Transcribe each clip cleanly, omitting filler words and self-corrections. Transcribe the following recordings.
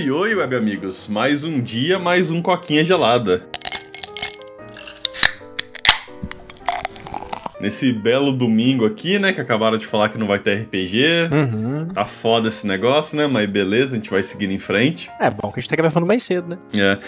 Oi, oi, web amigos. Mais um dia, mais um coquinha gelada. Nesse belo domingo aqui, né, que acabaram de falar que não vai ter RPG. Tá foda esse negócio, né, mas beleza, a gente vai seguindo em frente. É bom que a gente tá gravando mais cedo, né?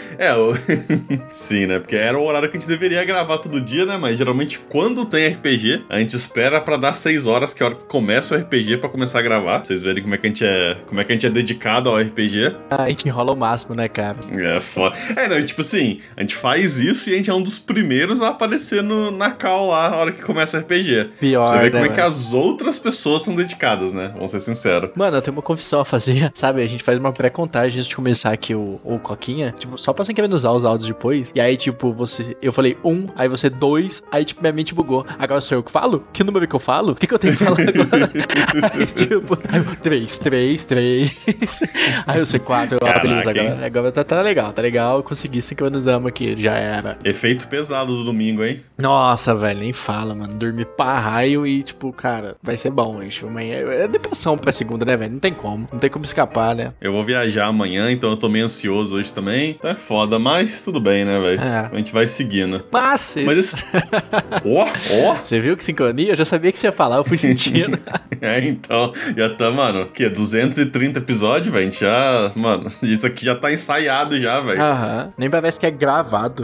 Sim, né, porque era o horário que a gente deveria gravar todo dia, né, mas geralmente quando tem RPG, a gente espera pra dar 6 horas, que é a hora que começa o RPG pra começar a gravar. Pra vocês verem como é que a gente é dedicado ao RPG. A gente enrola o máximo, né, cara? É foda. Não, tipo assim, a gente faz isso e a gente é um dos primeiros a aparecer na call lá, a hora que começa o RPG. Pior, você vê né, como é mano? que as outras pessoas são dedicadas, né? Vamos ser sinceros. Mano, eu tenho uma confissão a fazer, sabe? A gente faz uma pré-contagem antes de começar aqui o Coquinha, tipo, só pra você querer usar os áudios depois. E aí, tipo, eu falei 1, aí você 2, aí, tipo, minha mente bugou. Agora sou eu que falo? Que número que eu falo? O que eu tenho que falar agora? Aí, tipo, 3. Aí eu sei 4, beleza, agora tá legal. Consegui sincronizamos aqui, já era. Efeito pesado do domingo, hein? Nossa, velho, nem fala, mano. Dormir pra raio e, tipo, cara, vai ser bom hoje. Amanhã é depressão pra segunda, né, velho? Não tem como escapar, né? Eu vou viajar amanhã, então eu tô meio ansioso hoje também. Então é foda, mas tudo bem, né, velho? É. A gente vai seguindo. Mas isso... Ó! Você viu que sincronia? Eu já sabia que você ia falar, eu fui sentindo. Então, já tá, mano, o quê? 230 episódios, velho? A gente já, mano, isso aqui já tá ensaiado já, velho. Nem parece que é gravado.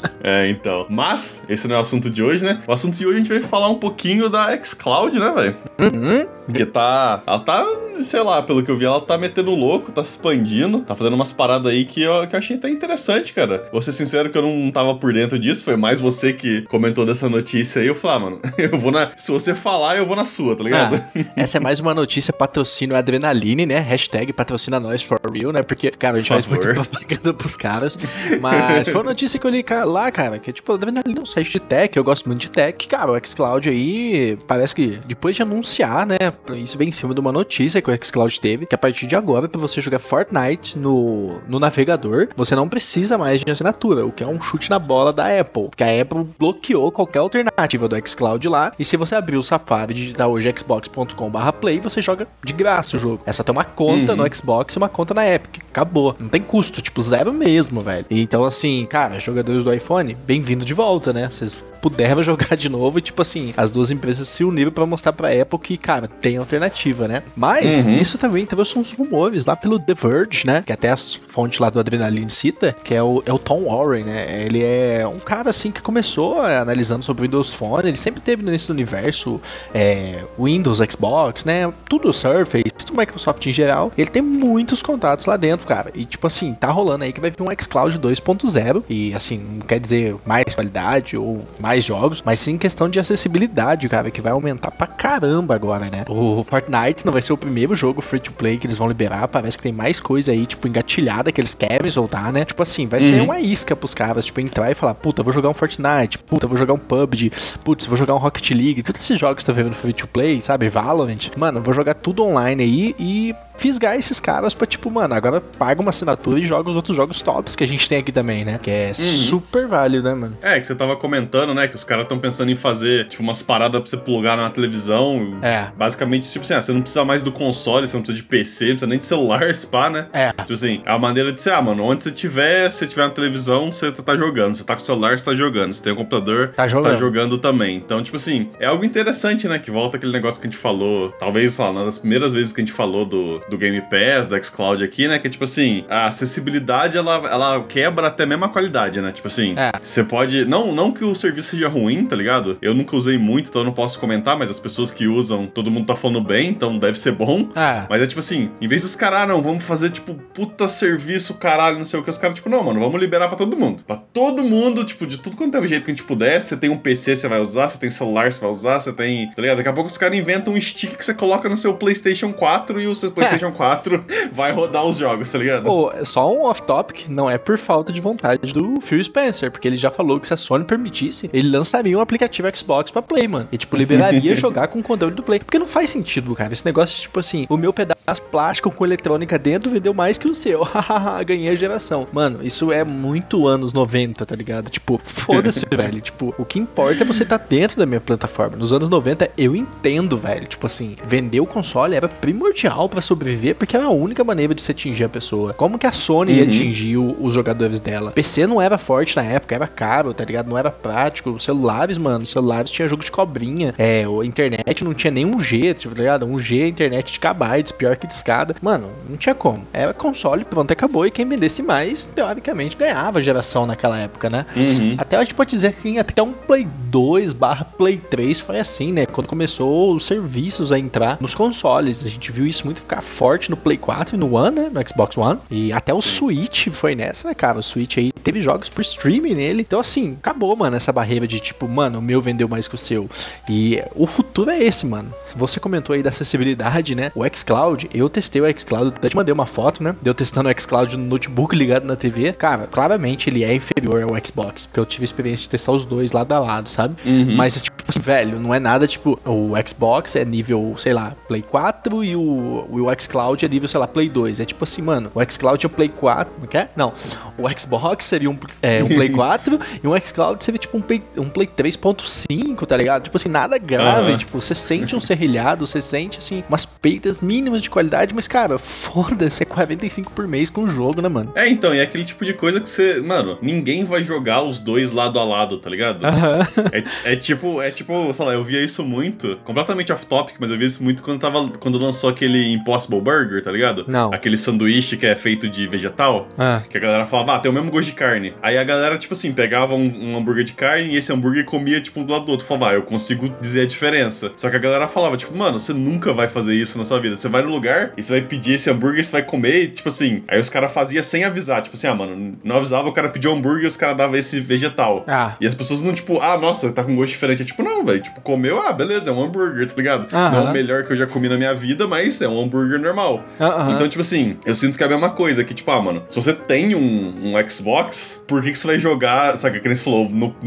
Então. Mas, esse não é o assunto de hoje, né? O assunto de hoje a gente vai falar um pouquinho da xCloud, né, velho? Porque ela tá, sei lá, pelo que eu vi, ela tá metendo louco, tá se expandindo, tá fazendo umas paradas aí que eu achei até interessante, cara. Vou ser sincero que eu não tava por dentro disso, foi mais você que comentou dessa notícia aí. Eu falei, mano, se você falar, eu vou na sua, tá ligado? Essa é mais uma notícia patrocínio Adrenaline, né? Hashtag patrocina nós for real, né? Porque, cara, a gente faz muito propaganda pros caras. Mas foi uma notícia que eu li lá, cara, que tipo, Adrenaline é um site de tech, eu gosto muito de tech. Cara, o xCloud aí, parece que depois de anunciar, né? Isso vem em cima de uma notícia que o xCloud teve, que a partir de agora, pra você jogar Fortnite no navegador, você não precisa mais de assinatura, o que é um chute na bola da Apple. Porque a Apple bloqueou qualquer alternativa do xCloud lá, e se você abrir o Safari e digitar hoje xbox.com/play, você joga de graça o jogo. É só ter uma conta no Xbox e uma conta na Epic. Acabou. Não tem custo, tipo, zero mesmo, velho. Então, assim, cara, jogadores do iPhone, bem-vindo de volta, né? Vocês puderam jogar de novo e, tipo assim, as duas empresas se uniram pra mostrar pra Apple que, cara, tem alternativa, né? Mas, isso também trouxe uns rumores lá pelo The Verge, né? Que até as fontes lá do Adrenaline cita, que é o Tom Warren, né? Ele é um cara, assim, que começou analisando sobre o Windows Phone, ele sempre teve nesse universo Windows, Xbox, né? Tudo Surface, tudo Microsoft em geral. Ele tem muitos contatos lá dentro, cara. E, tipo assim, tá rolando aí que vai vir um xCloud 2.0 e, assim, não quer dizer mais qualidade ou mais jogos, mas sim questão de acessibilidade, cara, que vai aumentar pra caramba agora, né? O Fortnite não vai ser o primeiro jogo free-to-play que eles vão liberar, parece que tem mais coisa aí, tipo, engatilhada que eles querem soltar, né? Tipo assim, vai ser uma isca pros caras, tipo, entrar e falar, puta, vou jogar um Fortnite, puta, vou jogar um PUBG, putz, vou jogar um Rocket League, todos esses jogos que tá vendo free-to-play, sabe? Valorant, mano, vou jogar tudo online aí e fisgar esses caras pra, tipo, mano, agora paga uma assinatura e joga os outros jogos tops que a gente tem aqui também, né? Que é super válido, né, mano? Que você tava comentando, né, que os caras tão pensando em fazer, tipo, umas paradas pra você plugar na televisão. Basicamente, tipo assim, você não precisa mais do console, você não precisa de PC, não precisa nem de celular, spa, né? Tipo assim, é a maneira de ser, mano, onde você tiver, se tiver na televisão, você tá jogando. Você tá com o celular, você tá jogando. Você tem um computador, você tá jogando também. Então, tipo assim, é algo interessante, né, que volta aquele negócio que a gente falou, talvez, sei lá, uma das primeiras vezes que a gente falou do Game Pass, do xCloud aqui, né, que é tipo assim, a acessibilidade, ela quebra até mesmo a qualidade, né? Tipo assim, você pode... Não que o serviço seja ruim, tá ligado? Eu nunca usei muito, então eu não posso comentar, mas as pessoas que usam, todo mundo tá falando bem, então deve ser bom. Mas é tipo assim, em vez dos caras, não, vamos fazer, tipo, puta serviço, caralho, não sei o que, os caras, tipo, não, mano, vamos liberar pra todo mundo. Pra todo mundo, tipo, de tudo quanto é o jeito que a gente puder. Você tem um PC, você vai usar, você tem celular, você vai usar, você tem... Tá ligado? Daqui a pouco os caras inventam um stick que você coloca no seu PlayStation 4 e o seu PlayStation 4 vai rodar os jogos, tá ligado? Só um off-topic, não é por falta de vontade do Phil Spencer, porque ele já falou que se a Sony permitisse, ele lançaria um aplicativo Xbox pra Play, mano. E, tipo, liberaria jogar com o controle do Play. Porque não faz sentido, cara. Esse negócio de, tipo assim, o meu pedaço plástico com eletrônica dentro vendeu mais que o seu. Hahaha, ganhei a geração. Mano, isso é muito anos 90, tá ligado? Tipo, foda-se, velho. Tipo, o que importa é você tá dentro da minha plataforma. Nos anos 90, eu entendo, velho. Tipo assim, vender o console era primordial pra sobreviver sobreviver porque era a única maneira de você atingir a pessoa. Como que a Sony ia atingir os jogadores dela? PC não era forte na época, era caro, tá ligado? Não era prático. Os celulares, mano, tinha jogo de cobrinha. A internet não tinha nem 1G, tipo, tá ligado? 1G, internet de kbytes, pior que discada. Mano, não tinha como. Era console, pronto, acabou. E quem vendesse mais, teoricamente, ganhava geração naquela época, né? Até a gente pode dizer que até um Play 2/Play 3 foi assim, né? Quando começou os serviços a entrar nos consoles. A gente viu isso muito ficar forte no Play 4 e no One, né? No Xbox One. E até o Switch foi nessa, né, cara? O Switch aí teve jogos por streaming nele. Então, assim, acabou, mano, essa barreira de tipo, mano, o meu vendeu mais que o seu. E o futuro é esse, mano. Você comentou aí da acessibilidade, né? O xCloud, eu testei o xCloud, até te mandei uma foto, né? Deu testando o xCloud no notebook ligado na TV. Cara, claramente ele é inferior ao Xbox, porque eu tive a experiência de testar os dois lado a lado, sabe? Mas, tipo assim, velho, não é nada, tipo, o Xbox é nível, sei lá, Play 4 e o xCloud é nível, sei lá, Play 2. É tipo assim, mano, o xCloud é o Play 4, não quer? Não, o Xbox seria um Play 4 e um xCloud seria tipo um Play 3.5, tá ligado? Tipo assim, nada grave, tipo, você sente um serrilhado, você sente, assim, umas perdas mínimas de qualidade, mas, cara, foda-se, é 45 por mês com o jogo, né, mano? Então, e é aquele tipo de coisa que você, mano, ninguém vai jogar os dois lado a lado, tá ligado? É tipo, sei lá, eu via isso muito, completamente off topic, mas eu via isso muito quando lançou aquele Impossible Burger, tá ligado? Não. Aquele sanduíche que é feito de vegetal, que a galera falava, tem o mesmo gosto de carne. Aí a galera, tipo assim, pegava um hambúrguer de carne e esse hambúrguer comia, tipo, um do lado do outro. Falava, eu consigo dizer a diferença. Só que a galera falava, tipo, mano, você nunca vai fazer isso na sua vida. Você vai no lugar e você vai pedir esse hambúrguer, você vai comer, e, tipo assim, aí os caras faziam sem avisar, tipo assim, mano, não avisava, o cara pediu hambúrguer e os caras davam esse vegetal. E as pessoas não, tipo, nossa, tá com gosto diferente. É tipo, não, velho, tipo, comeu, beleza, é um hambúrguer, tá ligado? Não é o melhor que eu já comi na minha vida, mas é um hambúrguer normal. Então, tipo assim, eu sinto que é a mesma coisa, que tipo, mano, se você tem um Xbox, por que você vai jogar, sabe, que nem você falou,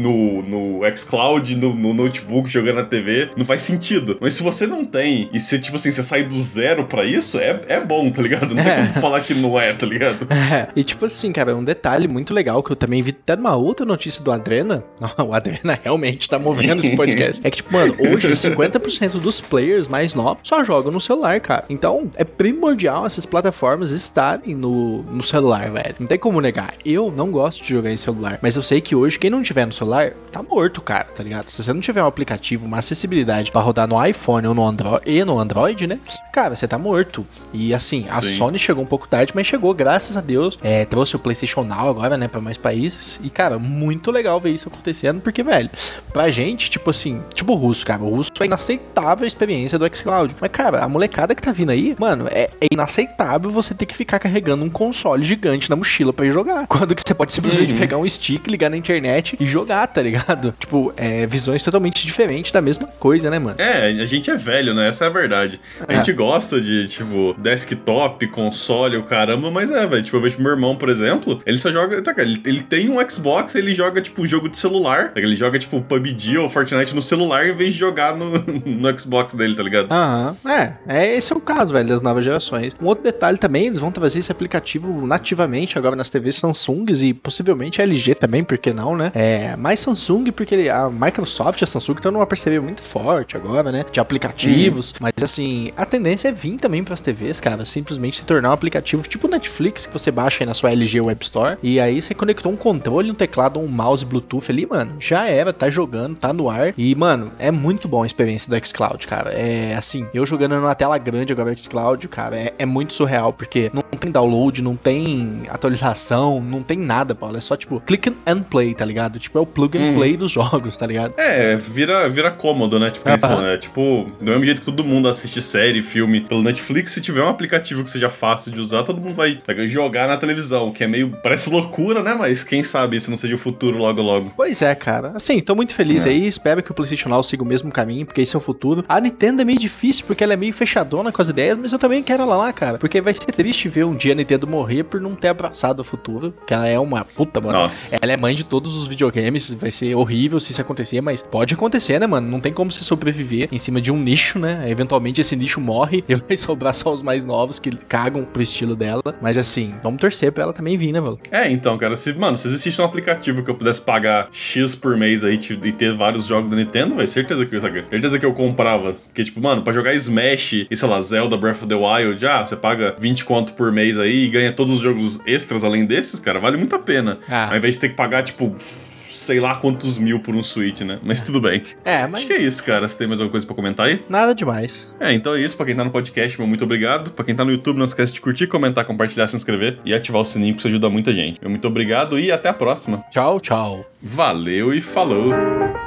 no xCloud, no notebook, jogando na TV, não faz sentido. Mas se você não tem, e se, tipo assim, você sai do zero pra isso, é bom, tá ligado? Não tem como falar que não é, tá ligado? E tipo assim, cara, um detalhe muito legal que eu também vi até numa outra notícia do Adrena, o Adrena realmente tá movendo esse podcast, é que tipo, mano, hoje 50% dos players mais novos só jogam no celular, cara. Então, é primordial essas plataformas estarem no celular, velho. Não tem como negar. Eu não gosto de jogar em celular, mas eu sei que hoje, quem não tiver no celular, tá morto, cara, tá ligado? Se você não tiver um aplicativo, uma acessibilidade pra rodar no iPhone ou no Android, né? Cara, você tá morto. E assim, a Sony chegou um pouco tarde, mas chegou, graças a Deus. Trouxe o PlayStation Now agora, né, pra mais países. E, cara, muito legal ver isso acontecendo, porque, velho, pra gente, tipo assim, tipo o russo, cara. O russo é inaceitável a experiência do xCloud. Mas, cara, a molecada que tá vindo aí, mano, é inaceitável você ter que ficar carregando um console gigante na mochila pra ir jogar. Quando que você pode simplesmente pegar um stick, ligar na internet e jogar, tá ligado? Tipo, visões totalmente diferentes da mesma coisa, né, mano? A gente é velho, né? Essa é a verdade. A gente gosta de, tipo, desktop, console, o caramba, mas velho. Tipo, eu vejo meu irmão, por exemplo, ele só joga. Ele tem um Xbox, ele joga, tipo, jogo de celular. Ele joga, tipo, PUBG ou Fortnite no celular em vez de jogar no Xbox dele, tá ligado? Esse é o caso, velho, das novas gerações. Um outro detalhe também, eles vão trazer esse aplicativo nativamente agora nas TVs Samsungs e possivelmente a LG também, por que não, né? Mais Samsung, porque a Microsoft e a Samsung estão numa parceria muito forte agora, né? De aplicativos. Mas, assim, a tendência é vir também pras TVs, cara. Simplesmente se tornar um aplicativo tipo Netflix, que você baixa aí na sua LG Web Store. E aí você conectou um controle, um teclado, um mouse Bluetooth ali, mano. Já era, tá jogando, tá no ar. E, mano, é muito bom a experiência do xCloud, cara. Assim, eu jogando numa tela grande agora o xCloud, cara, é muito surreal, porque não tem download, não tem atualização, não tem nada, Paulo. É só, tipo, click and play, tá ligado? Tipo, é o plug and play dos jogos, tá ligado? Vira cômodo, né? Tipo, tipo, do mesmo jeito que todo mundo assiste série, filme pelo Netflix, se tiver um aplicativo que seja fácil de usar, todo mundo vai jogar na televisão, que é meio, parece loucura, né? Mas quem sabe se não seja o futuro logo. Pois é, cara. Assim, tô muito feliz aí, espero que o PlayStation Now siga o mesmo caminho, porque esse é o futuro. A Nintendo é meio difícil, porque ela é meio fechadona com as ideias, mas eu também quero ela lá, cara, porque vai ser triste ver um dia a Nintendo morrer por não ter abraçado o futuro, que ela é uma puta, mano. Nossa. Ela é mãe de todos os videogames, vai ser horrível se isso acontecer, mas pode acontecer, né, mano? Não tem como você sobreviver em cima de um nicho, né? Eventualmente esse nicho morre e vai sobrar só os mais novos que cagam pro estilo dela, mas assim, vamos torcer pra ela também vir, né, mano? Então, cara, se existisse um aplicativo que eu pudesse pagar X por mês aí e ter vários jogos da Nintendo, velho, certeza que eu comprava. Porque, tipo, mano, pra jogar Smash e, sei lá, Zelda Breath of the Wild, você paga 20 conto por mês aí e ganha todos os jogos extras além desses, cara, vale muito a pena. Ao invés de ter que pagar, tipo, sei lá quantos mil por um Switch, né? Mas tudo bem. Mas... Acho que é isso, cara. Você tem mais alguma coisa pra comentar aí? Nada demais. Então é isso. Pra quem tá no podcast, meu muito obrigado. Pra quem tá no YouTube, não esquece de curtir, comentar, compartilhar, se inscrever e ativar o sininho, porque isso ajuda muita gente. Meu muito obrigado e até a próxima. Tchau, tchau. Valeu e falou!